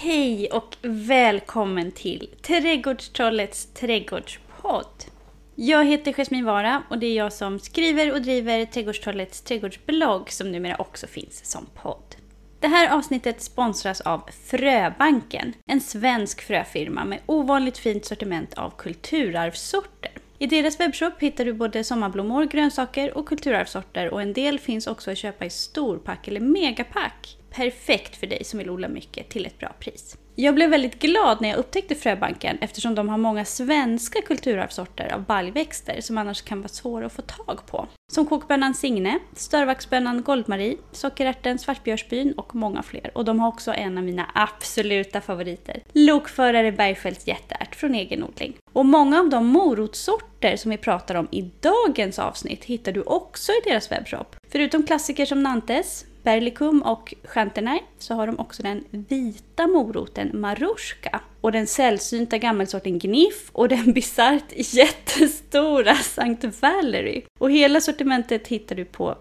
Hej och välkommen till Trädgårdstrollets trädgårdspodd. Jag heter Jasmin Vara och det är jag som skriver och driver Trädgårdstrollets trädgårdsblogg som numera också finns som podd. Det här avsnittet sponsras av Fröbanken, en svensk fröfirma med ovanligt fint sortiment av kulturarvssorter. I deras webbshop hittar du både sommarblommor, grönsaker och kulturarvssorter och en del finns också att köpa i storpack eller megapack. Perfekt för dig som vill odla mycket till ett bra pris. Jag blev väldigt glad när jag upptäckte Fröbanken eftersom de har många svenska kulturarvssorter av baljväxter som annars kan vara svåra att få tag på. Som kokbönan Signe, störvaxbönan Goldmarie, sockerärten Svartbjörsbyn och många fler. Och de har också en av mina absoluta favoriter, lokförare Bergfeldts jätteärt från egen odling. Och många av de morotssorter som vi pratar om i dagens avsnitt hittar du också i deras webbshop. Förutom klassiker som Nantes, Berlicum och Chantenay så har de också den vita moroten Maruska och den sällsynta gammelsorten Gnif och den bisarrt jättestora St. Valery. Och hela sortimentet hittar du på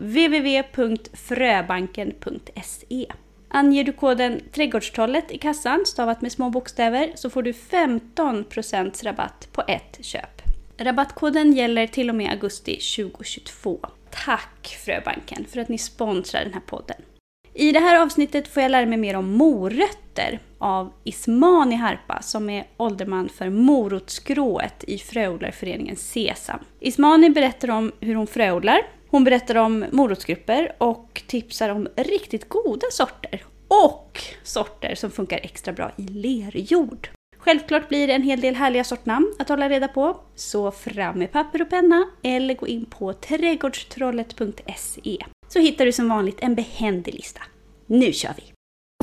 www.fröbanken.se. Anger du koden Trädgårdstrollet i kassan stavat med små bokstäver så får du 15% rabatt på ett köp. Rabattkoden gäller till och med augusti 2022. Tack Fröbanken för att ni sponsrar den här podden. I det här avsnittet får jag lära mig mer om morötter av Ismani Harpa som är ålderman för morotsgrået i fröodlarföreningen Sesam. Ismani berättar om hur hon fröodlar, hon berättar om morotsgrupper och tipsar om riktigt goda sorter och sorter som funkar extra bra i lerjord. Självklart blir det en hel del härliga sortnamn att hålla reda på, så fram med papper och penna eller gå in på trädgårdstrollet.se så hittar du som vanligt en behändig lista. Nu kör vi!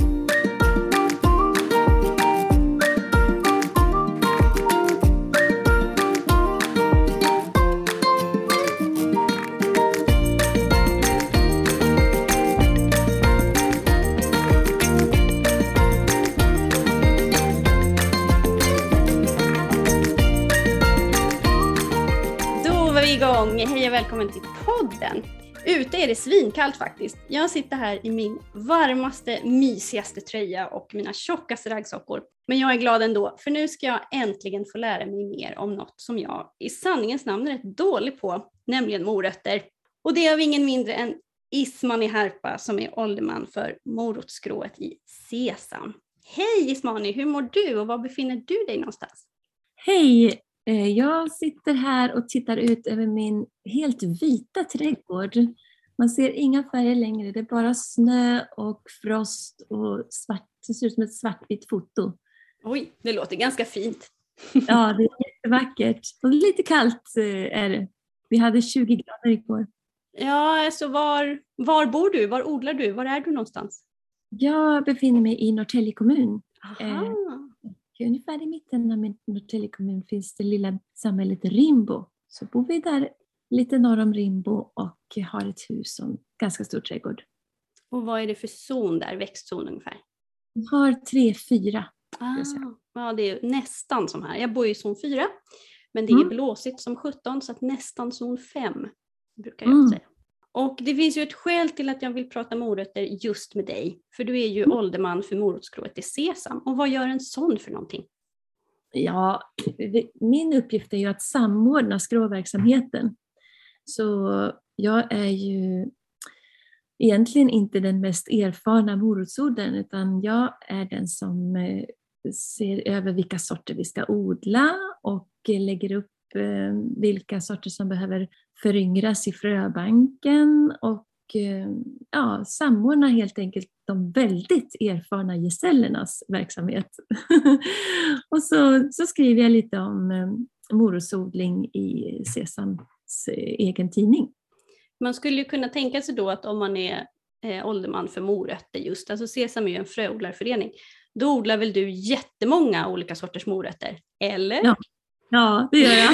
Hej och välkommen till podden. Ute är det svinkallt faktiskt. Jag sitter här i min varmaste, mysigaste tröja och mina tjockaste raggsockor. Men jag är glad ändå, för nu ska jag äntligen få lära mig mer om något som jag i sanningens namn är rätt dålig på, nämligen morötter. Och det är av ingen mindre än Ismani Harpa som är ålderman för morotsgrået i Sesam. Hej Ismani, hur mår du och var befinner du dig någonstans? Hej! Jag sitter här och tittar ut över min helt vita trädgård. Man ser inga färger längre, det är bara snö och frost och svart. Det ser ut som ett svartvitt foto. Oj, det låter ganska fint. Ja, det är jättevackert. Och lite kallt är det. Vi hade 20 grader igår. Ja, alltså var bor du? Var odlar du? Var är du någonstans? Jag befinner mig i Norrtälje kommun. Aha. Ungefär i mitten av Norrtälje kommun finns det lilla samhället Rimbo. Så bor vi där lite norr om Rimbo och har ett hus och en ganska stor trädgård. Och vad är det för zon där, växtzon ungefär? Vi har 3-4. Ja, det är nästan som här. Jag bor i zon 4, men det är blåsigt som 17 så att nästan zon 5 brukar jag säga. Och det finns ju ett skäl till att jag vill prata morötter just med dig. För du är ju ålderman för morotsgrået i Sesam. Och vad gör en sån för någonting? Ja, min uppgift är ju att samordna skråverksamheten. Så jag är ju egentligen inte den mest erfarna morotsodlaren utan jag är den som ser över vilka sorter vi ska odla och lägger upp vilka sorter som behöver föryngras i fröbanken och samordna helt enkelt de väldigt erfarna gesällernas verksamhet. Och så skriver jag lite om morotsodling i Sesams egen tidning. Man skulle ju kunna tänka sig då att om man är ålderman för morötter just, alltså Sesam är ju en fröodlarförening, då odlar väl du jättemånga olika sorters morötter, eller? Ja, det gör jag.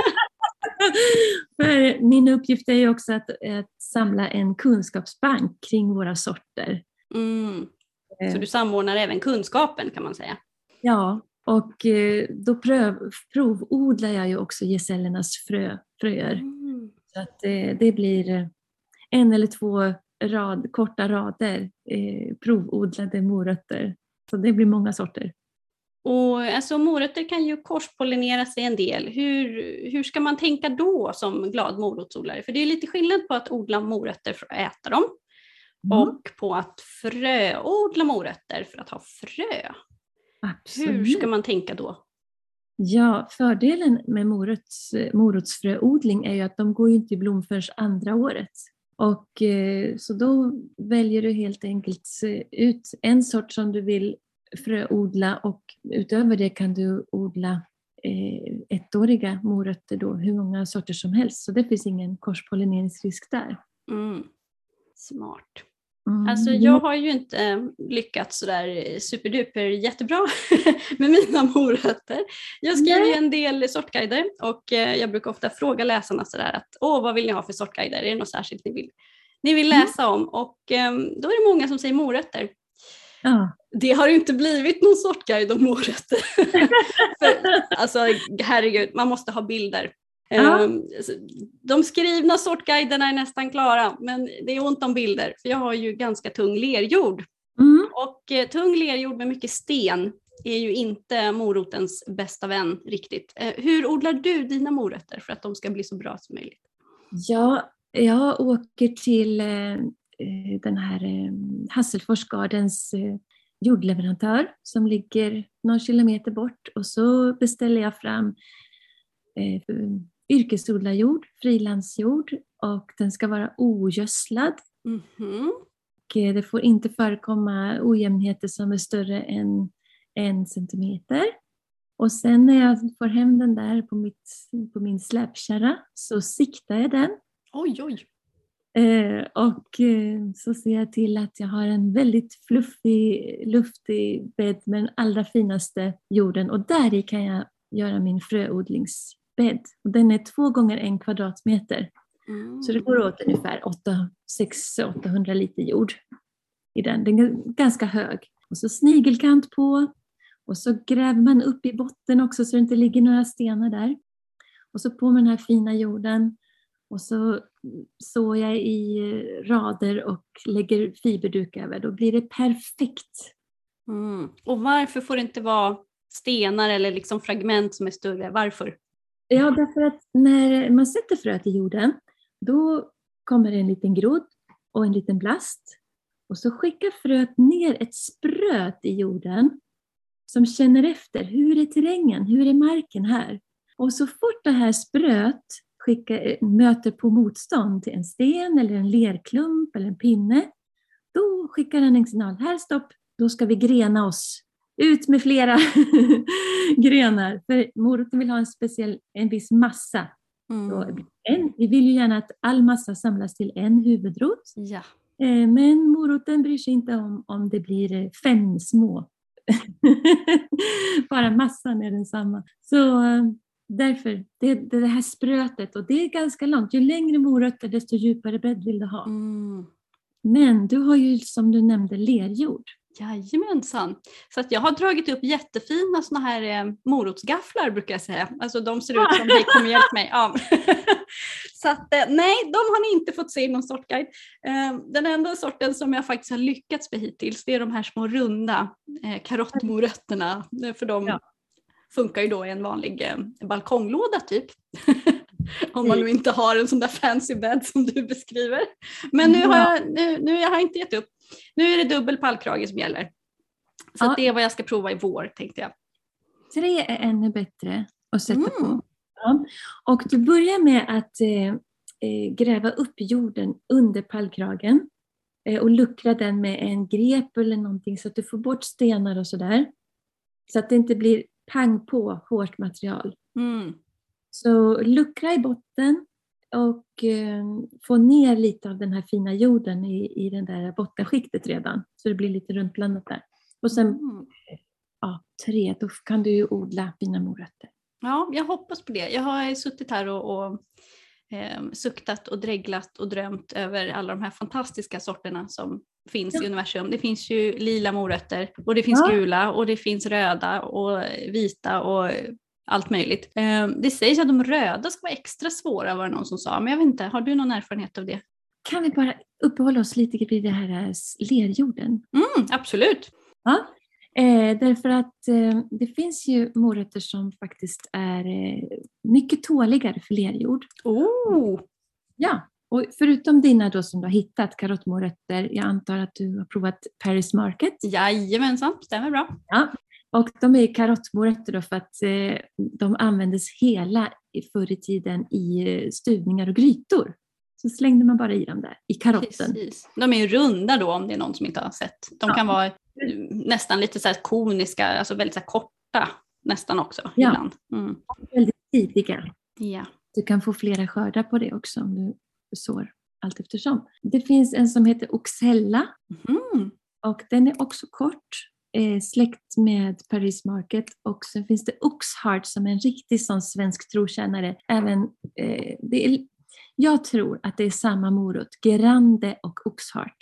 För min uppgift är ju också att samla en kunskapsbank kring våra sorter. Så du samordnar även kunskapen kan man säga? Ja, och då provodlar jag ju också gesällernas fröer. Så att det blir 1 eller 2 korta rader provodlade morötter Så det blir många sorter. Och alltså, morötter kan ju korspollinera sig en del. Hur ska man tänka då som glad morotsodlare? För det är lite skillnad på att odla morötter för att äta dem och på att fröodla morötter för att ha frö. Absolut. Hur ska man tänka då? Ja, fördelen med morotsfröodling är ju att de går ju inte i blom förrän andra året. Och så då väljer du helt enkelt ut en sort som du vill fröodla och utöver det kan du odla ettåriga morötter då, hur många sorter som helst. Så det finns ingen korspollineringsrisk där. Smart. Alltså jag har ju inte lyckats sådär superduper jättebra med mina morötter. Jag skriver ju en del sortguider och jag brukar ofta fråga läsarna sådär att vad vill ni ha för sortguider? Är det något särskilt ni vill läsa om? Och då är det många som säger morötter. Ja. Det har inte blivit någon sortguide om morötter. Alltså herregud, man måste ha bilder. Ja. De skrivna sortguiderna är nästan klara, men det är ont om bilder för jag har ju ganska tung lerjord. Och tung lerjord med mycket sten är ju inte morotens bästa vän riktigt. Hur odlar du dina morötter för att de ska bli så bra som möjligt? Ja, jag åker till den här Hasselfors Gardens jordleverantör som ligger någon kilometer bort och så beställer jag fram yrkesodlarjord, frilandsjord och den ska vara ogödslad. Och det får inte förekomma ojämnheter som är större än 1 centimeter. Och sen när jag får hem den där på min släpkärra så siktar jag den. Oj. Och så ser jag till att jag har en väldigt fluffig, luftig bädd med den allra finaste jorden och där i kan jag göra min fröodlingsbädd. Och den är 2 gånger 1 kvadratmeter. Så det går åt ungefär 600-800 liter jord i den. Den är ganska hög. Och så snigelkant på. Och så gräver man upp i botten också så det inte ligger några stenar där. Och så på med den här fina jorden. Och så sår jag i rader och lägger fiberduk över. Då blir det perfekt. Och varför får det inte vara stenar eller liksom fragment som är större? Varför? Ja, därför att när man sätter fröet i jorden då kommer det en liten grodd och en liten blast. Och så skickar fröet ner ett spröt i jorden som känner efter. Hur är terrängen? Hur är marken här? Och så fort det här spröt möter på motstånd till en sten eller en lerklump eller en pinne, då skickar den en signal. Här stopp, då ska vi grena oss. Ut med flera grenar. För moroten vill ha en viss massa. Vi vill ju gärna att all massa samlas till en huvudrot. Ja. Men moroten bryr sig inte om det blir 5 små. Bara massan är densamma. Så därför, det här sprötet, och det är ganska långt. Ju längre morötter desto djupare bädd vill du ha. Men du har ju som du nämnde lerjord. Jajamensan. Så att jag har dragit upp jättefina såna här morotsgafflar brukar jag säga. Alltså de ser ut som, hej kom hjälp mig. Ja. Så att nej, de har ni inte fått se i någon sortguide. Den enda sorten som jag faktiskt har lyckats med hittills, det är de här små runda karottmorötterna. För de funkar ju då i en vanlig balkonglåda typ. Om man nu inte har en sån där fancy bädd som du beskriver. Men nu har jag inte gett upp. Nu är det dubbel pallkrage som gäller. Så att det är vad jag ska prova i vår, tänkte jag. 3 är ännu bättre att sätta på. Ja. Och du börjar med att gräva upp jorden under pallkragen. Och luckra den med en grep eller någonting så att du får bort stenar och sådär. Så att det inte blir pang på hårt material. Så luckra i botten och få ner lite av den här fina jorden i den där bottenskiktet redan. Så det blir lite runtblandat där. Och sen 3, då kan du ju odla fina morötter. Ja, jag hoppas på det. Jag har suttit här och suktat och dreglat och drömt över alla de här fantastiska sorterna som finns i universum. Det finns ju lila morötter och det finns gula och det finns röda och vita och allt möjligt. Det sägs att de röda ska vara extra svåra, var det någon som sa. Men jag vet inte, har du någon erfarenhet av det? Kan vi bara uppehålla oss lite vid det här lerjorden? Absolut. Ja. Därför att det finns ju morötter som faktiskt är mycket tåligare för lerjord. Oh! Ja, och förutom dina då som du har hittat, karottmorötter, jag antar att du har provat Paris Market. Jajamensan, stämmer bra. Ja, och de är karottmorötter då för att de användes hela förr i tiden i stuvningar och grytor. Så slängde man bara i dem där, i karotten. Precis. De är ju runda då om det är någon som inte har sett. De kan vara nästan lite så här koniska, alltså väldigt så här korta nästan också ibland. Mm. Väldigt tidiga. Ja. Du kan få flera skördar på det också om du sår allt eftersom. Det finns en som heter Oxella och den är också kort, släkt med Paris Market, och sen finns det Oxheart som är en riktig sån svensk trotjänare. Även, jag tror att det är samma morot, Grande och Oxheart.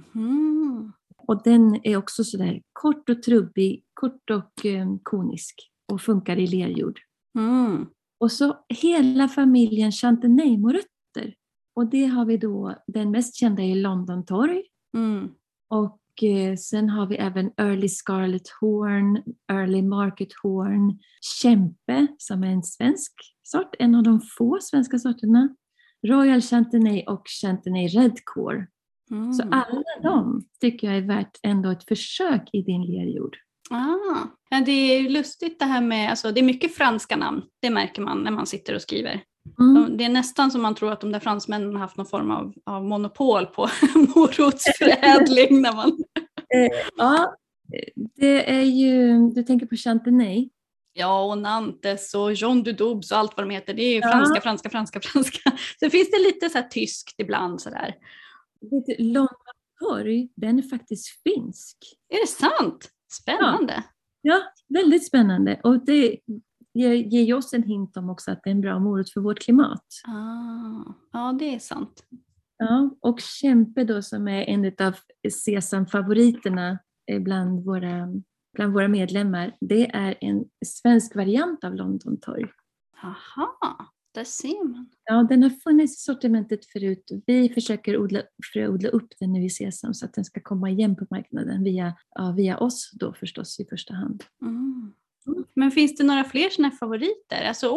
Och den är också sådär kort och trubbig, kort och konisk och funkar i lerjord. Och så hela familjen Chantenay-morötter. Och det har vi då, den mest kända är London Torg. Och sen har vi även Early Scarlet Horn, Early Market Horn, Kämpe som är en svensk sort, en av de få svenska sorterna. Royal Chantenay och Chantenay Redcore. Så alla de tycker jag är värt ändå ett försök i din lerjord. Ja, det är lustigt det här med, alltså det är mycket franska namn, det märker man när man sitter och skriver. Det är nästan som man tror att de där fransmännen har haft någon form av monopol på morotsförädling. När man... Ja, det är ju, du tänker på Chantenay. Ja, och Nantes och Jean Dudobes och allt vad de heter, det är ju franska. Sen finns det lite så här tyskt ibland sådär. London Torg, den är faktiskt finsk. Är det sant? Spännande. Ja, väldigt spännande. Och det ger oss en hint om också att det är en bra morot för vårt klimat. Ja, det är sant. Ja, och Kämpe då som är en av sesamfavoriterna bland våra medlemmar, det är en svensk variant av London Torg. Aha, där ser man. Ja, den har funnits i sortimentet förut. Vi försöker odla upp den nu i sesam så att den ska komma igen på marknaden via oss då förstås i första hand. Men finns det några fler såna här favoriter? Alltså,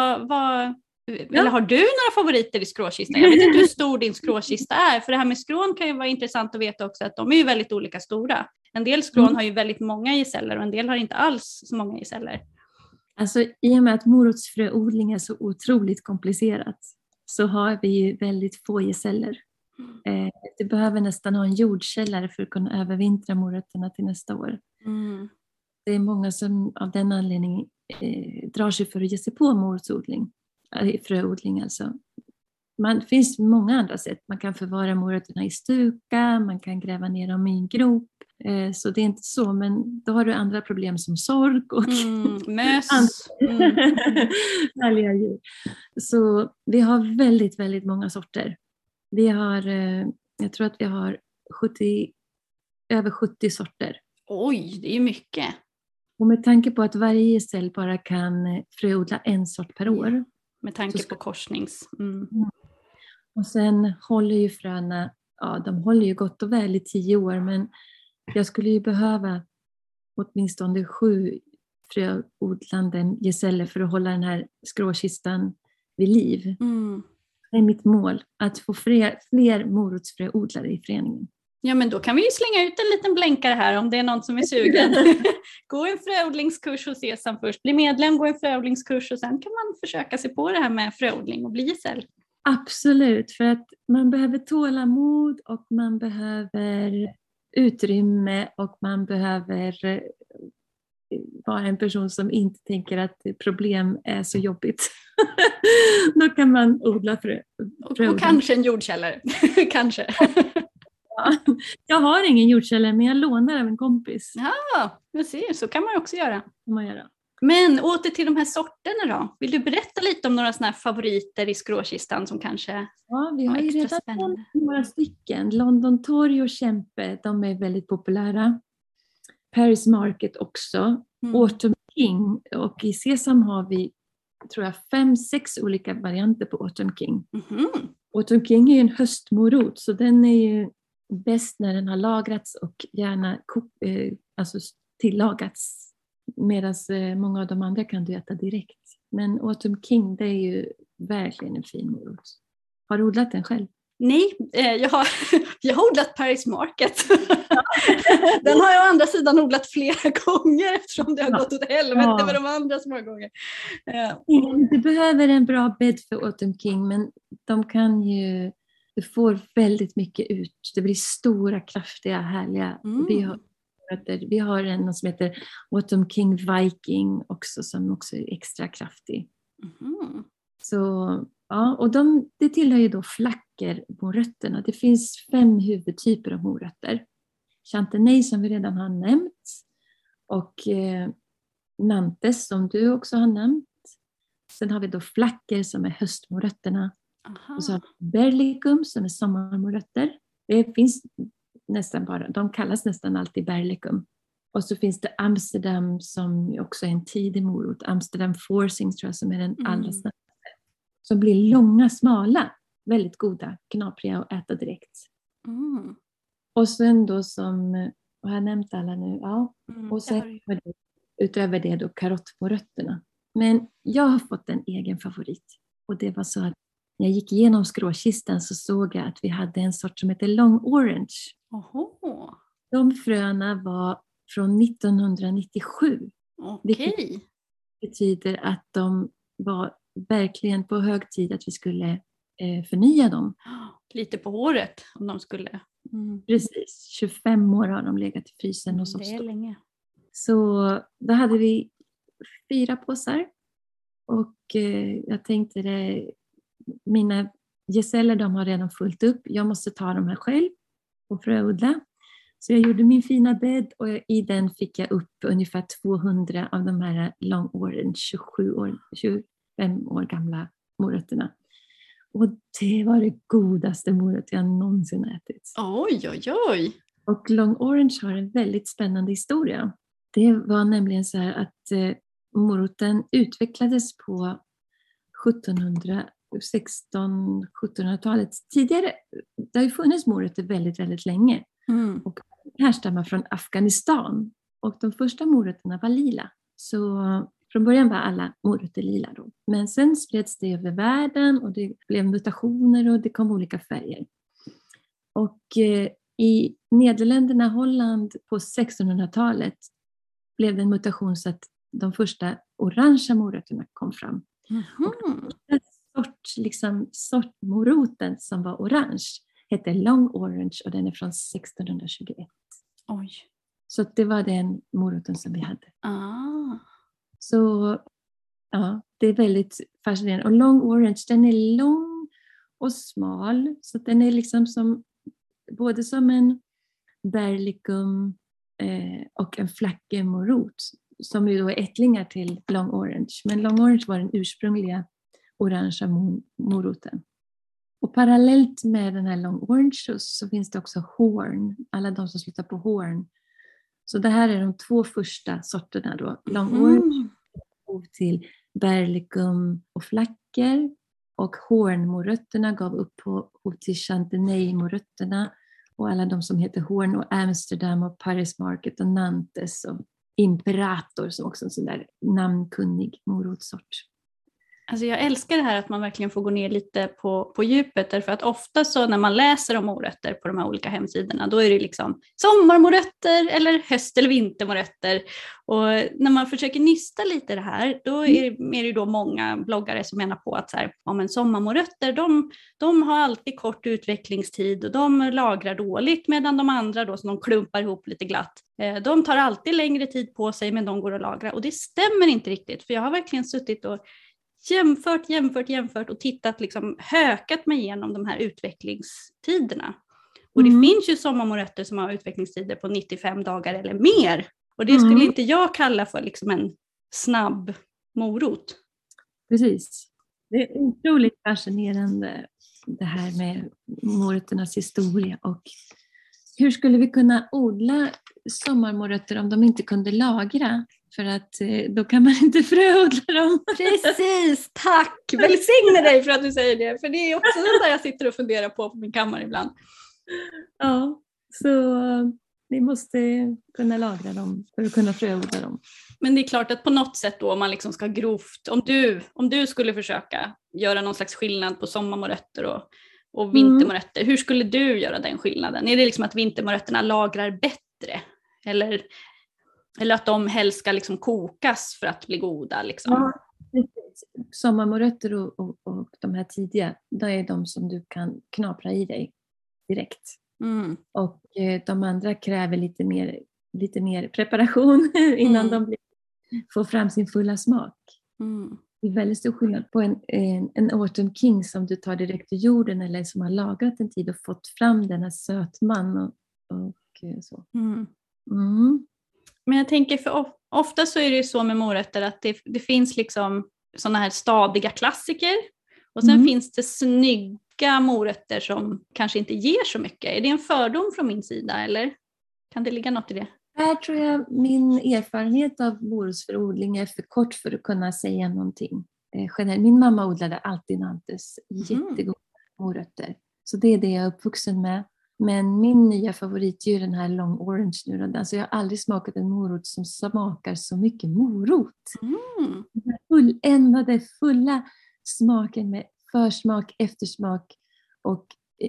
eller har du några favoriter i skråkistan? Jag vet inte hur stor din skråkista är, för det här med skrån kan ju vara intressant att veta också att de är ju väldigt olika stora. En del skrån har ju väldigt många gesäller och en del har inte alls så många gesäller. Alltså i och med att morotsfröodling är så otroligt komplicerat så har vi ju väldigt få gesäller. Du behöver nästan ha en jordkällare för att kunna övervintra morötterna till nästa år. Det är många som av den anledningen drar sig för att ge sig på morotsodling, fröodling alltså. Det finns många andra sätt. Man kan förvara morötterna i stuka, man kan gräva ner dem i en grop. Så det är inte så, men då har du andra problem som sork och möss. Härliga djur. Så vi har väldigt, väldigt många sorter. Vi har, jag tror att vi har över 70 sorter. Oj, det är mycket. Och med tanke på att varje gesäll bara kan fröodla en sort per år. Med tanke på korsnings. Och sen håller ju fröna, de håller ju gott och väl i 10 år, men jag skulle ju behöva åtminstone 7 fröodlande gesäller för att hålla den här skråkistan vid liv. Det är mitt mål, att få fler morotsfröodlare i föreningen. Ja, men då kan vi ju slänga ut en liten blänkare här om det är någon som är sugen. Gå en fröodlingskurs hos Sesam först, bli medlem, gå en fröodlingskurs och sen kan man försöka sig på det här med fröodling och bli gesäll. Absolut, för att man behöver tålamod och man behöver utrymme och man behöver vara en person som inte tänker att problem är så jobbigt. Då kan man odla frö. Och kanske en jordkällare. Kanske. Ja, jag har ingen jordkällare men jag lånar av en kompis. Ja, jag ser. Så kan man också göra. göra. Men åter till de här sorterna då. Vill du berätta lite om några såna här favoriter i skråkistan som kanske vi har ju redan några stycken. London Torg och Kämpe, de är väldigt populära. Paris Market också. Autumn King. Och i Sesam har vi, tror jag, 5-6 olika varianter på Autumn King. Autumn King är ju en höstmorot, så den är ju bäst när den har lagrats och gärna tillagats. Medan många av de andra kan du äta direkt. Men Autumn King, det är ju verkligen en fin morot. Har du odlat den själv? Nej, jag har odlat Paris Market. Den har jag å andra sidan odlat flera gånger eftersom det har gått åt helvete med de andra så många gånger. Du behöver en bra bädd för Autumn King, men de kan ju, du får väldigt mycket ut. Det blir stora, kraftiga, härliga. Vi har en som heter Autumn King Viking också, som också är extra kraftig. Så ja, och det tillhör ju då flackermorötterna. Det finns 5 huvudtyper av morötter. Chantenay som vi redan har nämnt. Och Nantes som du också har nämnt. Sen har vi då flacker som är höstmorötterna. Och så har vi Berlicum som är sommarmorötter. Det finns nästan bara, de kallas nästan alltid Berlicum. Och så finns det Amsterdam som också är en tidig morot. Amsterdam Forcing tror jag som är den allra snabbaste. Som blir långa, smala, väldigt goda, knapriga att äta direkt. Och sen då som, och jag har nämnt alla nu, ja. Och sen utöver det då karottmorötterna. Men jag har fått en egen favorit. Och det var så att när jag gick igenom skråkistan så såg jag att vi hade en sort som heter Long Orange. De fröna var från 1997. Vilket betyder att de var verkligen på hög tid att vi skulle förnya dem. Lite på håret om de skulle. Precis, 25 år har de legat i frysen hos oss. Det är länge. Så då hade vi 4 påsar. Och jag tänkte mina gesäller de har redan fullt upp. Jag måste ta dem här själv och fröodla. Så jag gjorde min fina bädd och i den fick jag upp ungefär 200 av de här Long Orange 25 år gamla morötterna. Och det var det godaste morot jag någonsin ätit. Oj. Och Long Orange har en väldigt spännande historia. Det var nämligen så här att moroten utvecklades på 1700-talet. Tidigare, det har ju funnits morötter väldigt, väldigt länge. Och härstammar från Afghanistan. Och de första morötterna var lila. Så från början var alla morötter lila då. Men sen spreds det över världen och det blev mutationer och det kom olika färger. Och i Nederländerna, Holland på 1600-talet blev det en mutation så att de första orangea morötterna kom fram. Och sortmoroten som var orange heter Long Orange och den är från 1621. Oj. Så det var den moroten som vi hade. Så ja, det är väldigt fascinerande. Och Long Orange, den är lång och smal. Så den är liksom både som en Berlicum och en flackermorot. Som ju då är ättlingar till Long Orange. Men Long Orange var den ursprungliga orangea moroten. Och parallellt med den här Long Orange så finns det också Horn. Alla de som slutar på Horn. Så det här är de 2 första sorterna då. Long Orange till Berlicum och flacker. Och Horn-morötterna gav upphov till Chantenay-morötterna. Och alla de som heter Horn och Amsterdam och Paris Market och Nantes och Imperator som också är en sån där namnkunnig morotsort. Alltså jag älskar det här att man verkligen får gå ner lite på djupet, därför att ofta så när man läser om morötter på de här olika hemsidorna, då är det liksom sommarmorötter eller höst- eller vintermorötter. Och när man försöker nysta lite det här, då är det då många bloggare som menar på att så här, ja, men sommarmorötter, de har alltid kort utvecklingstid och de lagrar dåligt, medan de andra då som de klumpar ihop lite glatt, de tar alltid längre tid på sig men de går att lagra. Och det stämmer inte riktigt, för jag har verkligen suttit och jämfört och tittat, liksom hökat mig igenom de här utvecklingstiderna. Och det finns ju sommarmorötter som har utvecklingstider på 95 dagar eller mer. Och det skulle inte jag kalla för liksom en snabb morot. Precis. Det är otroligt fascinerande det här med morötternas historia. Och hur skulle vi kunna odla sommarmorötter om de inte kunde lagra? För att då kan man inte fröodla dem. Precis, tack! Välsigne dig för att du säger det. För det är också sånt där jag sitter och funderar på min kammare ibland. Ja, så Vi måste kunna lagra dem för att kunna fröodla dem. Men det är klart att på något sätt då, om man liksom ska grovt, om du skulle försöka göra någon slags skillnad på sommarmorötter och vintermorötter, hur skulle du göra den skillnaden? Är det liksom att vintermorötterna lagrar bättre? Eller att de helst ska liksom kokas för att bli goda? Liksom? Ja, sommarmorötter och de här tidiga, då är de som du kan knapra i dig direkt. Och de andra kräver lite mer preparation innan de får fram sin fulla smak. Det är väldigt stor skillnad på en Autumn King som du tar direkt ur jorden eller som har lagrat en tid och fått fram den här sötman och så. Men jag tänker, för ofta så är det ju så med morötter att det finns liksom sådana här stadiga klassiker och sen finns det snygga morötter som kanske inte ger så mycket. Är det en fördom från min sida eller kan det ligga något i det? Här tror jag min erfarenhet av morotsförodling är för kort för att kunna säga någonting. Min mamma odlade alltid Nantes, jättegoda morötter. Så det är det jag är uppvuxen med. Men min nya favorit är ju den här Long Orange nu. Alltså jag har aldrig smakat en morot som smakar så mycket morot. Den här fulländade, fulla smaken med försmak, eftersmak och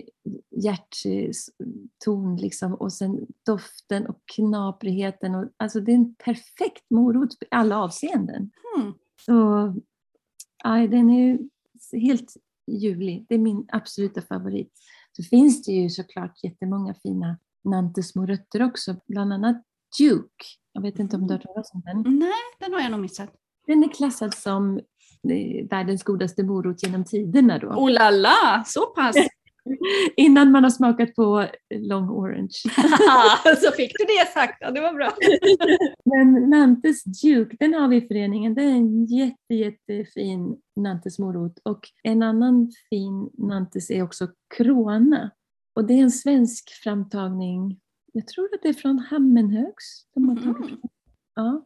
hjärtton liksom. Och sen doften och knaprigheten. Och, alltså det är en perfekt morot på alla avseenden. Så den är ju helt ljuvlig. Det är min absoluta favorit. Så finns det ju såklart jättemånga fina Nantes morötter också. Bland annat Duke. Jag vet inte om du har talat om den. Nej, den har jag nog missat. Den är klassad som världens godaste morot genom tiderna då. Oh la la, så pass! Innan man har smakat på Long Orange. Så fick du det sagt, ja, det var bra. Men Nantes Duke, den har vi i föreningen. Det är en jättefin Nantes morot. Och en annan fin Nantes är också Krona. Och det är en svensk framtagning. Jag tror att det är från Hammenhögs. De har tagit. Ja,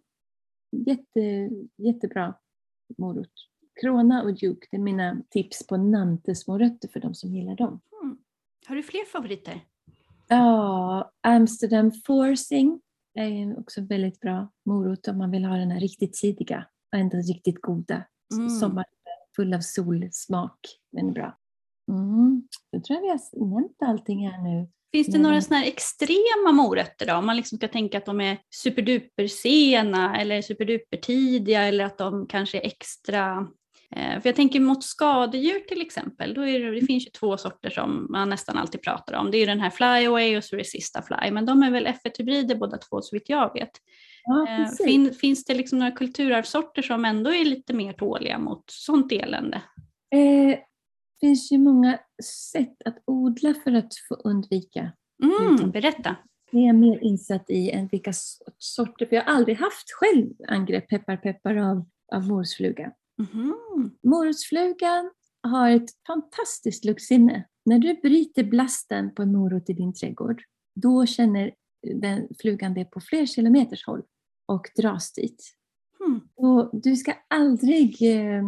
jättebra morot. Krona och Duke, det är mina tips på Nantes morötter för de som gillar dem. Har du fler favoriter? Ja, Amsterdam Forcing är också väldigt bra morot om man vill ha den här riktigt tidiga och ändå riktigt goda. Sommar full av solsmak, men bra. Jag tror vi har nämnt allting här nu. Finns det några sådana här extrema morötter då? Om man liksom ska tänka att de är superduper sena eller superduper tidiga eller att de kanske är extra... För jag tänker mot skadedjur till exempel, då det finns ju 2 sorter som man nästan alltid pratar om. Det är ju den här Flyaway och så Resista Fly, men de är väl F1-hybrider båda 2 så vitt jag vet. Ja, finns det liksom några kulturarvsorter som ändå är lite mer tåliga mot sånt elände? Det finns ju många sätt att odla för att få undvika. Berätta. Det är jag mer insatt i än vilka sorter, för jag har aldrig haft själv angrepp peppar av morsfluga. Morotsflugan har ett fantastiskt luktsinne. När du bryter blasten på en morot i din trädgård, då känner den flugan det på fler kilometers håll och dras dit. Och du ska aldrig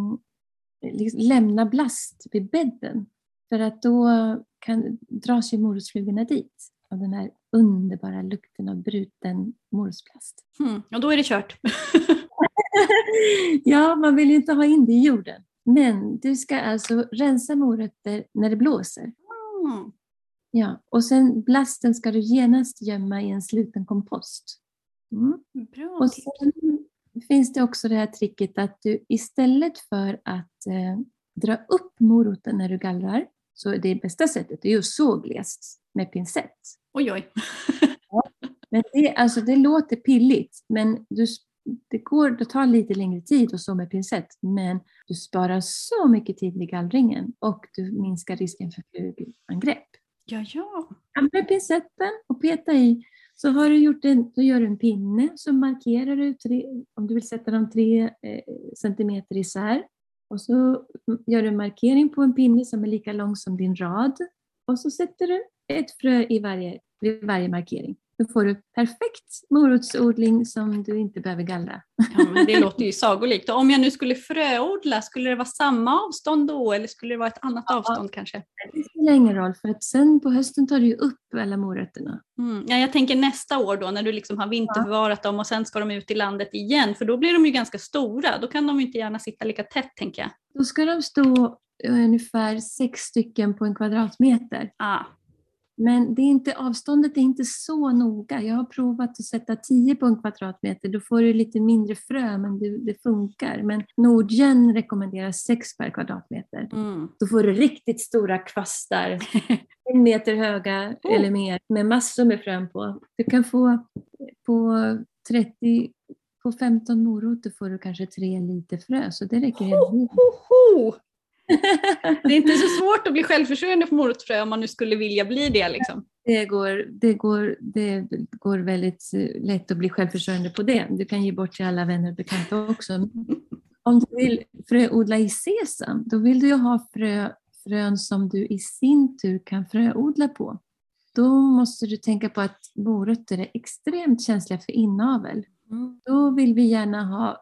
lämna blast vid bädden, för att då dras ju morotsflugorna dit av den här underbara lukten av bruten morotsplast. Och då är det kört. Ja, man vill ju inte ha in det i jorden. Men du ska alltså rensa morötter när det blåser. Ja, och sen blasten ska du genast gömma i en sluten kompost. Bra. Och sen finns det också det här tricket att du istället för att dra upp moroten när du gallrar, så det bästa sättet är ju att såglest med pincett. Oj. Ja, men det låter pilligt, men det tar lite längre tid och så med pincett, men du sparar så mycket tid vid gallringen och du minskar risken för flugangrepp. Ja. Använd pincetten och peta i, så har du då gör du en pinne, så markerar du om du vill sätta dem 3 centimeter isär, och så gör du en markering på en pinne som är lika lång som din rad, och så sätter du ett frö vid varje markering. Då får du perfekt morotsodling som du inte behöver gallra. Ja, men det låter ju sagolikt. Och om jag nu skulle fröodla, skulle det vara samma avstånd då? Eller skulle det vara ett annat avstånd kanske? Det skulle spelar ingen roll, för att sen på hösten tar du ju upp alla morötterna. Ja, jag tänker nästa år då, när du liksom har vinterförvarat dem och sen ska de ut i landet igen, för då blir de ju ganska stora. Då kan de ju inte gärna sitta lika tätt, tänker jag. Då ska de stå ungefär 6 stycken på en kvadratmeter. Men avståndet är inte så noga. Jag har provat att sätta 10 på en kvadratmeter. Då får du lite mindre frö, men det funkar. Men Nordgen rekommenderar 6 per kvadratmeter. Då får du riktigt stora kvastar, 1 meter höga eller mer, med massor med frön på. Du kan få på 15 morötter får du kanske 3 liter frö, så det räcker helt. Det är inte så svårt att bli självförsörjande på morotsfrö om man nu skulle vilja bli det liksom. Det går väldigt lätt att bli självförsörjande på det. Du kan ge bort till alla vänner och bekanta också. Om du vill fröodla i sesam, då vill du ju ha frön som du i sin tur kan fröodla på. Då måste du tänka på att morötter är extremt känsliga för inavel. Då vill vi gärna ha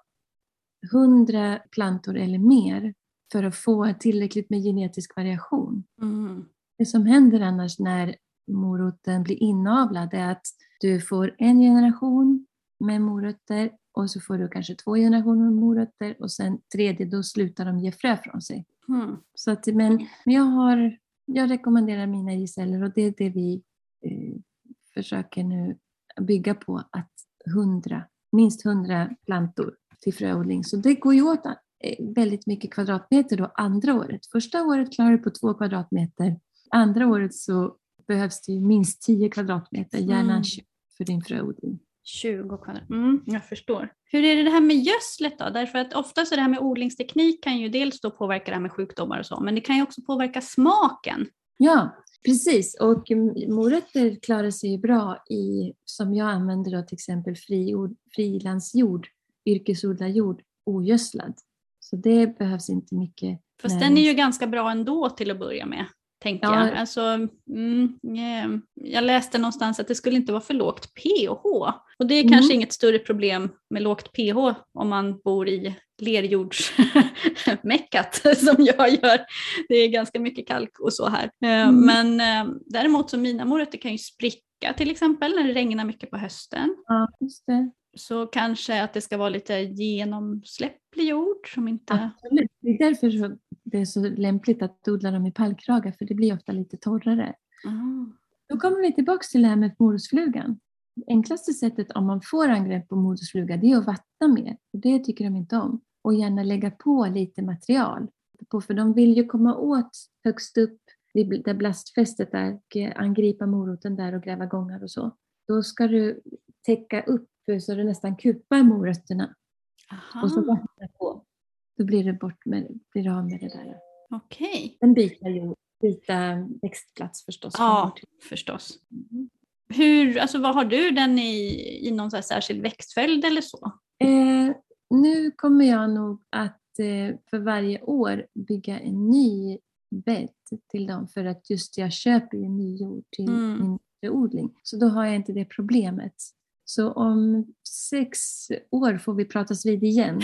100 plantor eller mer för att få tillräckligt med genetisk variation. Det som händer annars när moroten blir inavlad är att du får en generation med morötter och så får du kanske 2 generationer med morötter och sen tredje, då slutar de ge frö från sig. Så att, men jag rekommenderar mina giseller, och det är det vi försöker nu bygga på, att minst 100 plantor till fröodling. Så det går ju åt väldigt mycket kvadratmeter då andra året. Första året klarar du på 2 kvadratmeter. Andra året så behövs det minst 10 kvadratmeter, gärna 20 för din fröodling. 20 kvadrat. Jag förstår. Hur är det här med gödslet då? Därför att ofta så det här med odlingsteknik kan ju dels då påverka det här med sjukdomar och så, men det kan ju också påverka smaken. Ja, precis. Och morötter klarar sig ju bra som jag använder då, till exempel frilandsjord, yrkesodlad jord, ogödslad. Så det behövs inte mycket. Fast den är ju ganska bra ändå till att börja med, tänker jag. Alltså, jag läste någonstans att det skulle inte vara för lågt pH. Och det är kanske inget större problem med lågt pH om man bor i lerjordsmäckat som jag gör. Det är ganska mycket kalk och så här. Men däremot så mina morötter kan ju spricka till exempel när det regnar mycket på hösten. Ja, just det. Så kanske att det ska vara lite genomsläpplig jord som inte... Absolut. Det är därför det är så lämpligt att odla dem i pallkragar, för det blir ofta lite torrare. Då kommer vi tillbaka till det här med morotsflugan. Det enklaste sättet om man får angrepp på morotsfluga, det är att vattna mer. Det tycker de inte om. Och gärna lägga på lite material. För de vill ju komma åt högst upp där blastfästet är och angripa moroten där och gräva gångar och så. Då ska du täcka upp så du nästan kupar morötterna. Och så vattna på. Då blir du av med det där. Okej. Den byta växtplats förstås. Ja, förstås. Vad har du den i någon så här särskild växtföljd eller så? Nu kommer jag nog att för varje år bygga en ny bädd till dem, för att just jag köper en ny jord till min odling. Så då har jag inte det problemet. Så om 6 år får vi pratas vid igen.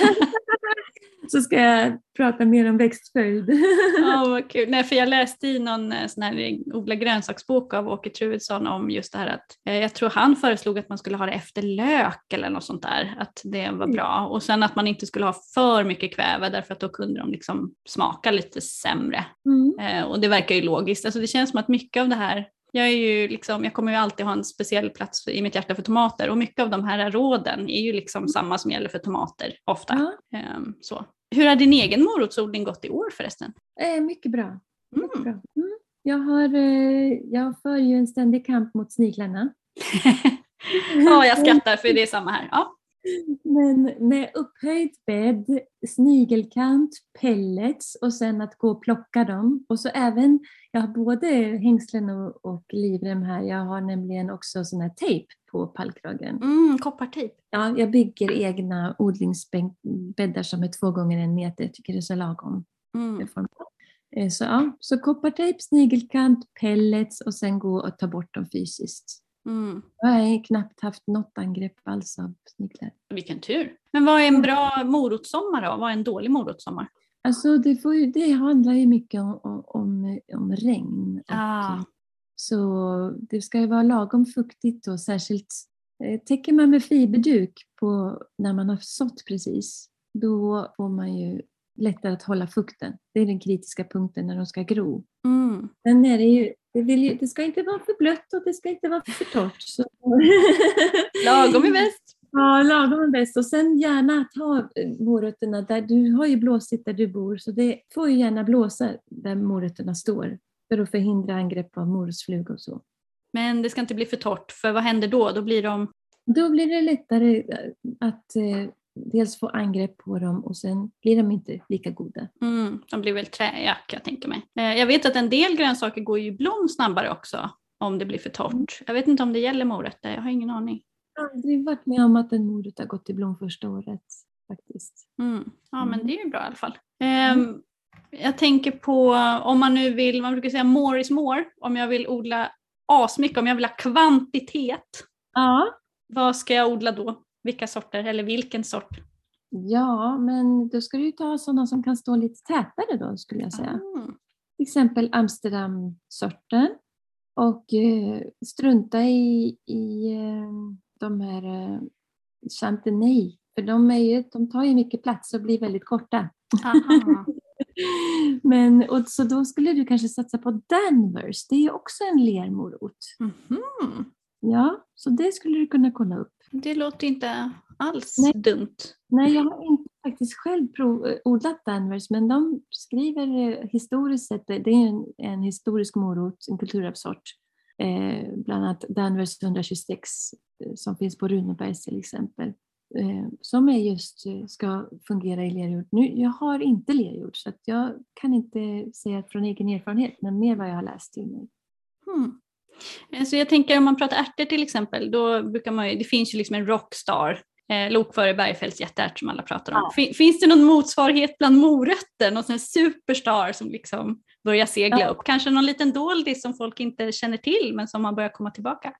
Så ska jag prata mer om växtföljd. Ja, vad kul. Nej, för jag läste i någon sån här odla grönsaksbok av Åke Truedsson om just det här att jag tror han föreslog att man skulle ha det efter lök eller något sånt där. Att det var bra. Och sen att man inte skulle ha för mycket kväve, därför att då kunde de liksom smaka lite sämre. Och det verkar ju logiskt. Alltså det känns som att mycket av det här, jag kommer ju alltid ha en speciell plats i mitt hjärta för tomater, och mycket av de här råden är ju liksom samma som gäller för tomater ofta. Så. Hur har din egen morotsodling gått i år förresten? Mycket bra. Mycket bra. Jag för ju en ständig kamp mot sniglarna. Ja, jag skrattar för det är samma här. Ja. Men med upphöjd bädd, snigelkant, pellets och sen att gå och plocka dem. Och så även, jag har både hängslen och livrem här. Jag har nämligen också sån här tejp på pallkragen. Koppartejp. Ja, jag bygger egna odlingsbäddar som är 2 gånger 1 meter. Jag tycker det är så lagom. Så koppartejp, snigelkant, pellets och sen gå och ta bort dem fysiskt. Jag har knappt haft något angrepp alls av sniglar. Vilken tur. Men vad är en bra morotssommar då? Vad är en dålig morotssommar? Alltså det handlar ju mycket om om regn. Ah. Så det ska ju vara lagom fuktigt och särskilt täcker man med fiberduk på när man har sått precis. Då får man ju lättare att hålla fukten. Det är den kritiska punkten när de ska gro. Mm. Sen är det ska inte vara för blött och det ska inte vara för torrt. Så. Lagom är bäst. Ja, lagom är bäst. Och sen gärna ta morötterna där, du har ju blåsigt där du bor, så det får ju gärna blåsa där morötterna står för att förhindra angrepp av morotsfluga och så. Men det ska inte bli för torrt, för vad händer då? Då blir det lättare att dels få angrepp på dem och sen blir de inte lika goda. De blir väl träiga, kan jag tänka mig. Jag vet att en del grönsaker går ju i blom snabbare också om det blir för torrt. Jag vet inte om det gäller morötter, jag har ingen aning. Jag har aldrig varit med om att en morot har gått i blom första året faktiskt. Ja, men det är ju bra i alla fall. Jag tänker på om man nu vill, man brukar säga more is more, om jag vill odla asmycket, om jag vill ha kvantitet. Ja. Vad ska jag odla då? Vilka sorter eller vilken sort? Ja, men då ska du ju ta sådana som kan stå lite tätare då, skulle jag säga. Till exempel Amsterdam-sorten. Och strunta i de här Chardonnay. För de tar ju mycket plats och blir väldigt korta. Men så då skulle du kanske satsa på Danvers. Det är ju också en lermorot. Ja, så det skulle du kunna kolla upp. Det låter inte alls dumt. Nej, jag har inte faktiskt själv odlat Danvers, men de skriver historiskt sett, det är en historisk morot, en kulturarvssort. Bland annat Danvers 126 som finns på Runebergs till exempel. Som är just ska fungera i lerjord. Nu, jag har inte lerjord så att jag kan inte säga från egen erfarenhet, men mer vad jag har läst till mig. Så jag tänker om man pratar ärtor till exempel, då brukar man ju, det finns ju liksom en rockstar, Lokföre Bergfeldts jätteärt som alla pratar om. Ja. Finns det någon motsvarighet bland morötter, någon sån superstar som liksom börjar segla upp? Kanske någon liten doldis som folk inte känner till men som man börjar komma tillbaka?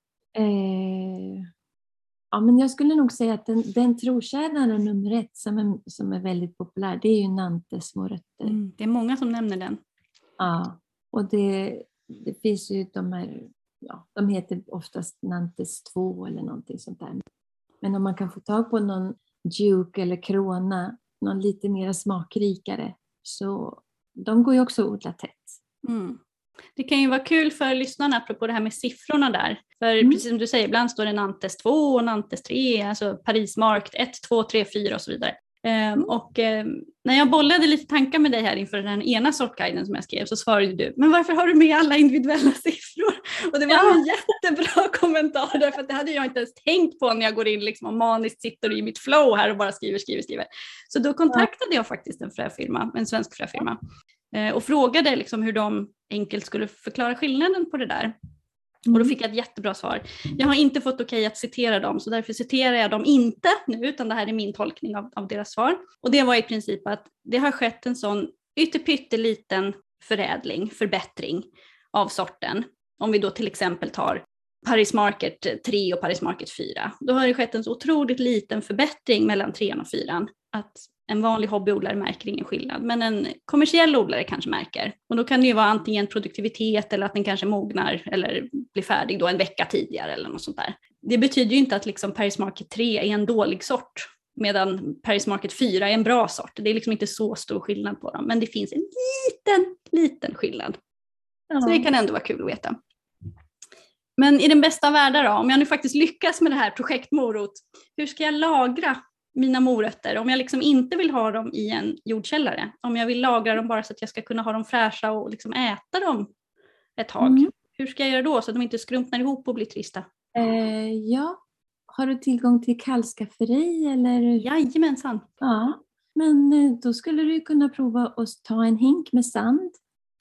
Ja, men jag skulle nog säga att den trotjänaren nummer 1 som är väldigt populär, det är ju Nantes morötter. Det är många som nämner den. Ja, och det finns ju de här, de heter oftast Nantes 2 eller någonting sånt där. Men om man kan få tag på någon Duke eller Krona, någon lite mer smakrikare, så de går ju också att odla tätt. Det kan ju vara kul för lyssnarna apropå det här med siffrorna där. För precis som du säger, ibland står det Nantes 2 och Nantes 3, alltså Parismarkt 1, 2, 3, 4 och så vidare. Och när jag bollade lite tankar med dig här inför den ena sortguiden som jag skrev, så svarade du, men varför har du med alla individuella siffror? Och det var en jättebra kommentar, därför att det hade jag inte ens tänkt på när jag går in liksom och maniskt sitter i mitt flow här och bara skriver. Så då kontaktade jag faktiskt en svensk fröfirma och frågade liksom hur de enkelt skulle förklara skillnaden på det där. Och då fick jag ett jättebra svar. Jag har inte fått okej att citera dem, så därför citerar jag dem inte nu, utan det här är min tolkning av deras svar. Och det var i princip att det har skett en sån pytteliten förbättring av sorten. Om vi då till exempel tar Paris Market 3 och Paris Market 4. Då har det skett en så otroligt liten förbättring mellan 3 och 4 att en vanlig hobbyodlare märker ingen skillnad, men en kommersiell odlare kanske märker. Och då kan det ju vara antingen produktivitet eller att den kanske mognar eller blir färdig då en vecka tidigare eller något sånt där. Det betyder ju inte att liksom Paris Market 3 är en dålig sort medan Paris Market 4 är en bra sort. Det är liksom inte så stor skillnad på dem, men det finns en liten skillnad. Så det kan ändå vara kul att veta. Men i den bästa världen då, om jag nu faktiskt lyckas med det här projekt morot, hur ska jag lagra mina morötter om jag liksom inte vill ha dem i en jordkällare? Om jag vill lagra dem bara så att jag ska kunna ha dem fräscha och liksom äta dem ett tag. Hur ska jag göra då så att de inte skrumpnar ihop och blir trista? Har du tillgång till kallskafferi eller? Jajamensan. Ja, men då skulle du kunna prova att ta en hink med sand.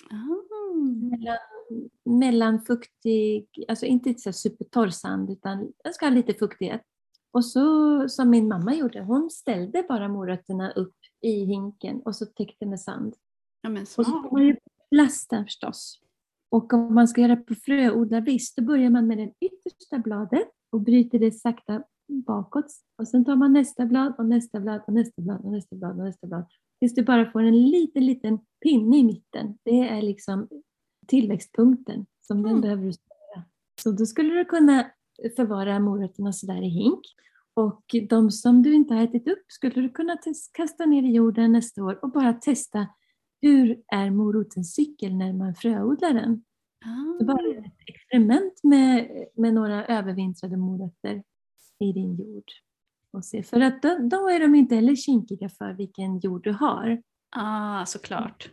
Mellanfuktig, alltså inte så supertorr sand, utan den ska ha lite fuktighet. Och så som min mamma gjorde, hon ställde bara morötterna upp i hinken och så täckte med sand. Men och så får man ju plasta förstås. Och om man ska göra på fröodlarbrist, då börjar man med det yttersta bladet och bryter det sakta bakåt. Och sen tar man nästa blad och nästa blad och nästa blad och nästa blad. Tills du bara får en liten pinne i mitten. Det är liksom tillväxtpunkten som den behöver spara. Så då skulle du kunna förvara morötterna så där i hink. Och de som du inte har ätit upp skulle du kunna kasta ner i jorden nästa år och bara testa hur är morotens cykel när man fröodlar den. Så bara ett experiment med några övervintrade morötter i din jord. Och se. För att då är de inte heller kinkiga för vilken jord du har. Såklart.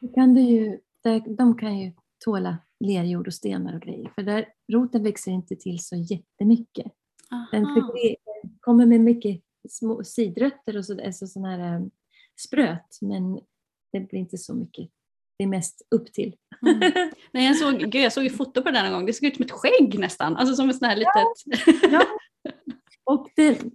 De kan ju tåla lerjord och stenar och grejer. För där roten växer inte till så jättemycket. Den kommer med mycket små sidrötter och sådana här spröt. Men det blir inte så mycket. Det är mest upp till. Nej, jag såg ju foto på den en gång. Det såg ut som ett skägg nästan. Alltså som ett sånt här litet... Ja. Och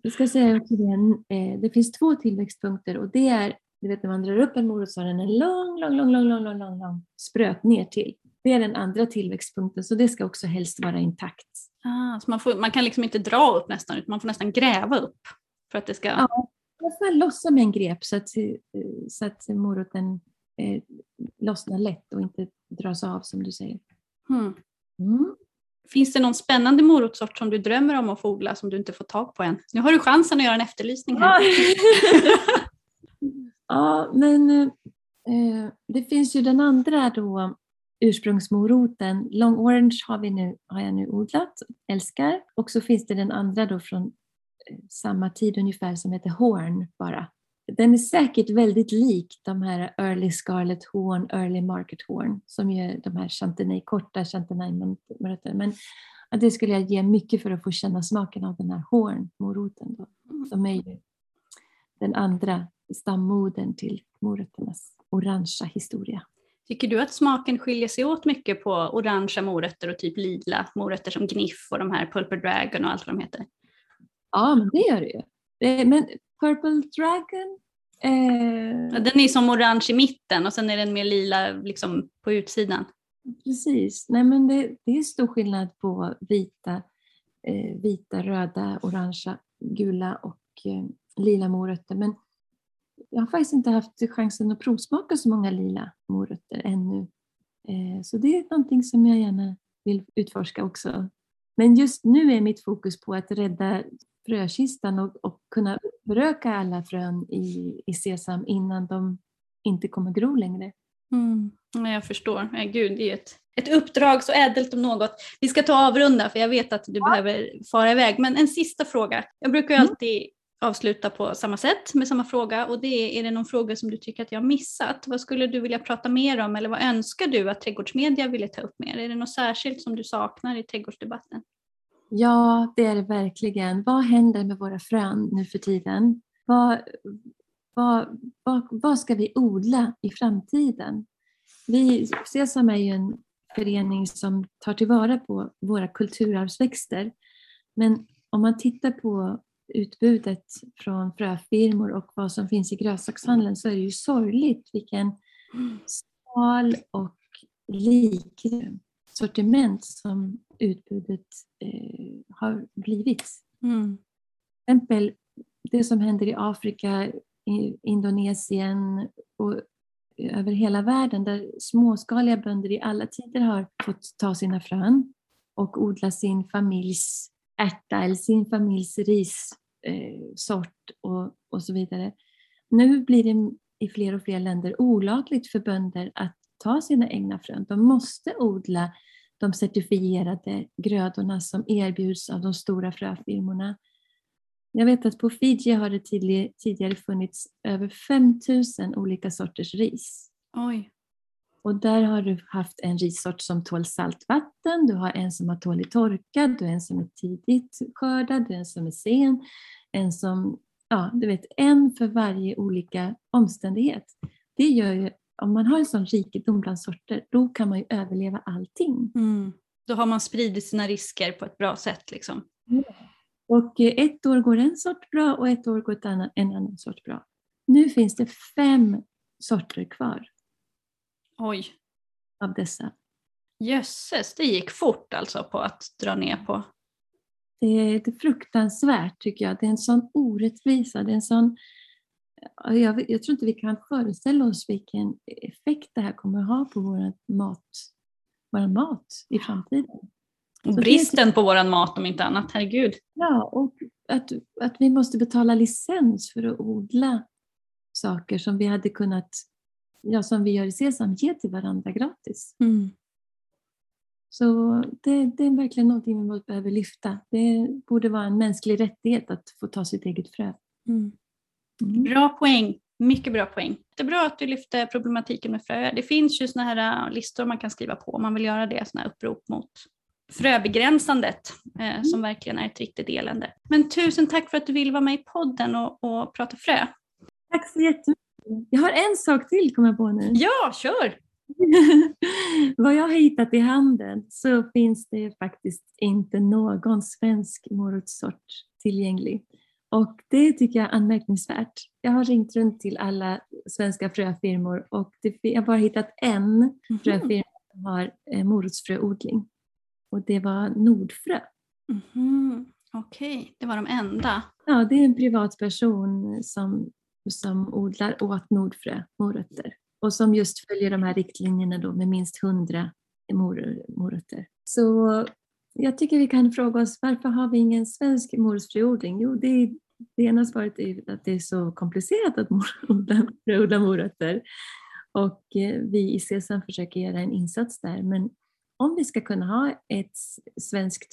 det finns 2 tillväxtpunkter. Och det är, du vet när man drar upp en morot så har den en lång spröt ner till. Det är den andra tillväxtpunkten. Så det ska också helst vara intakt. Så man kan liksom inte dra upp nästan. Utan man får nästan gräva upp. För att det ska... Ja, man får lossa med en grep så att moroten lossnar lätt och inte dras av som du säger. Finns det någon spännande morotsort som du drömmer om att få odla som du inte får tag på än? Nu har du chansen att göra en efterlysning här. Ja, men det finns ju den andra då, ursprungsmoroten. Long Orange har jag nu odlat, älskar. Och så finns det den andra då från samma tid ungefär som heter Horn bara. Den är säkert väldigt lik de här Early Scarlet Horn, Early Market Horn som är de här korta Chantenay-morötter. Men det skulle jag ge mycket för att få känna smaken av den här Horn-moroten då. Som är ju den andra stammodern till morötternas orangea historia. Tycker du att smaken skiljer sig åt mycket på orangea morötter och typ lila morötter som Gniff och de här Purple Dragon och allt vad de heter? Ja, men det gör det ju. Men Purple Dragon... Den är som orange i mitten och sen är den mer lila liksom på utsidan. Precis. Nej, men det är stor skillnad på vita, röda, orangea, gula och lila morötter. Men jag har faktiskt inte haft chansen att provsmaka så många lila morötter ännu. Så det är någonting som jag gärna vill utforska också. Men just nu är mitt fokus på att rädda frökistan och kunna föröka alla frön i sesam innan de inte kommer gro längre. Jag förstår. Gud, det är ett uppdrag så ädelt om något. Vi ska ta avrunda för jag vet att du behöver fara iväg. Men en sista fråga. Jag brukar ju alltid avsluta på samma sätt med samma fråga. Och det är det någon fråga som du tycker att jag har missat? Vad skulle du vilja prata mer om? Eller vad önskar du att trädgårdsmedia ville ta upp mer? Är det något särskilt som du saknar i trädgårdsdebatten? Ja, det är det verkligen. Vad händer med våra frön nu för tiden? Vad ska vi odla i framtiden? Sesam är ju en förening som tar tillvara på våra kulturarvsväxter. Men om man tittar på utbudet från fröfirmor och vad som finns i grönsakshandeln så är det ju sorgligt vilken smal och liknande sortiment som utbudet har blivit. Till exempel det som händer i Afrika, i Indonesien och över hela världen där småskaliga bönder i alla tider har fått ta sina frön och odla sin familjs ärta eller sin familjs rissort och så vidare. Nu blir det i fler och fler länder olagligt för bönder att ta sina egna frön. De måste odla de certifierade grödorna som erbjuds av de stora fröfirmorna. Jag vet att på Fiji har det tidigare funnits över 5000 olika sorters ris. Oj. Och där har du haft en rissort som tål saltvatten, du har en som har tålig torka, du har en som är tidigt skördad, du har en som är sen, en som, en för varje olika omständighet. Det gör ju, om man har en sån rikedom bland sorter, då kan man ju överleva allting. Då har man spridit sina risker på ett bra sätt liksom. Ja. Och ett år går en sort bra och ett år går en annan sort bra. Nu finns det 5 sorter kvar. Oj. Av dessa. Jösses, det gick fort alltså på att dra ner på. Det är fruktansvärt tycker jag. Det är en sån orättvisa. Det är en sån... Jag tror inte vi kan föreställa oss vilken effekt det här kommer att ha på vår vår mat i framtiden. Och bristen på våran mat om inte annat, herregud. Ja, och att vi måste betala licens för att odla saker som vi hade kunnat, som vi gör i Sesam, ge till varandra gratis. Så det är verkligen någonting vi behöver lyfta. Det borde vara en mänsklig rättighet att få ta sitt eget frö. Bra poäng. Mycket bra poäng. Det är bra att du lyfter problematiken med fröer. Det finns ju såna här listor man kan skriva på om man vill göra det. Såna här upprop mot fröbegränsandet som verkligen är ett riktigt elände. Men tusen tack för att du vill vara med i podden och prata frö. Tack så jättemycket. Jag har en sak till kommer jag på nu. Ja, kör! Vad jag har hittat i handeln så finns det faktiskt inte någon svensk morotssort tillgänglig. Och det tycker jag är anmärkningsvärt. Jag har ringt runt till alla svenska fröfirmor och jag har bara hittat en fröfirma som har morotsfröodling. Och det var Nordfrö. Okej, det var de enda. Ja, det är en privatperson som odlar åt Nordfrö morötter. Och som just följer de här riktlinjerna då med minst 100 morötter. Så jag tycker vi kan fråga oss, varför har vi ingen svensk morotsfröodling? Jo, det ena svaret är att det är så komplicerat att odla morötter. Och vi i Sesam försöker göra en insats där. Men om vi ska kunna ha ett svenskt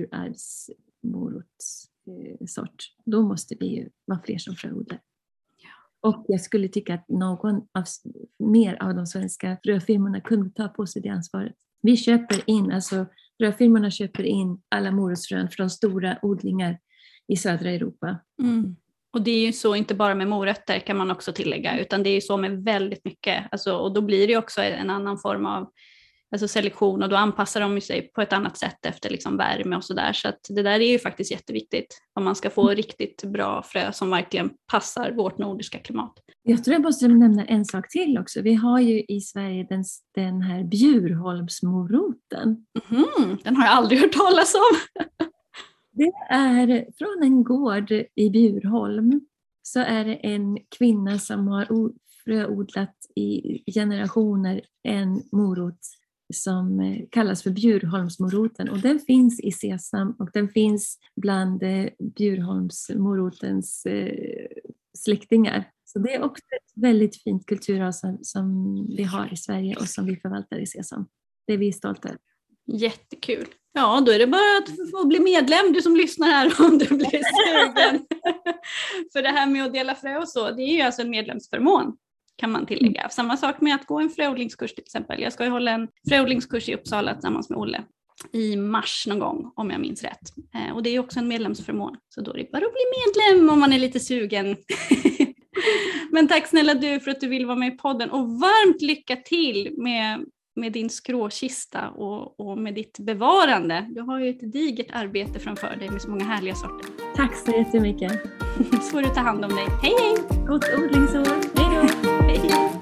kulturarvsmorotssort, då måste vi ju vara fler som fröodlar. Och jag skulle tycka att mer av de svenska fröfirmorna kunde ta på sig det ansvaret. Vi köper in, fröfirmorna köper in alla morotsfrön från stora odlingar i södra Europa. Och det är ju så inte bara med morötter kan man också tillägga, utan det är ju så med väldigt mycket. Och då blir det också en annan form av selektion och då anpassar de sig på ett annat sätt efter liksom värme och sådär. Så att det där är ju faktiskt jätteviktigt om man ska få riktigt bra frö som verkligen passar vårt nordiska klimat. Jag tror jag måste nämna en sak till också. Vi har ju i Sverige den här Bjurholmsmoroten. Den har jag aldrig hört talas om. Det är från en gård i Bjurholm. Så är det en kvinna som har fröodlat i generationer en morot som kallas för Bjurholmsmoroten. Och den finns i Sesam och den finns bland Bjurholmsmorotens släktingar. Så det är också ett väldigt fint kulturarv som vi har i Sverige och som vi förvaltar i Sesam. Det är vi stolta över. Jättekul. Ja, då är det bara att få bli medlem, du som lyssnar här, om du blir sugen. För det här med att dela frö och så, det är ju alltså en medlemsförmån, kan man tillägga. Samma sak med att gå en fröodlingskurs till exempel. Jag ska ju hålla en fröodlingskurs i Uppsala tillsammans med Olle i mars någon gång, om jag minns rätt. Och det är ju också en medlemsförmån, så då är det bara att bli medlem om man är lite sugen. Men tack snälla du för att du vill vara med i podden, och varmt lycka till med din skråkista och med ditt bevarande. Du har ju ett digert arbete framför dig med så många härliga sorter. Tack så jättemycket. Så får du ta hand om dig. Hej hej! Gott odlingsår. Hej då! Hej.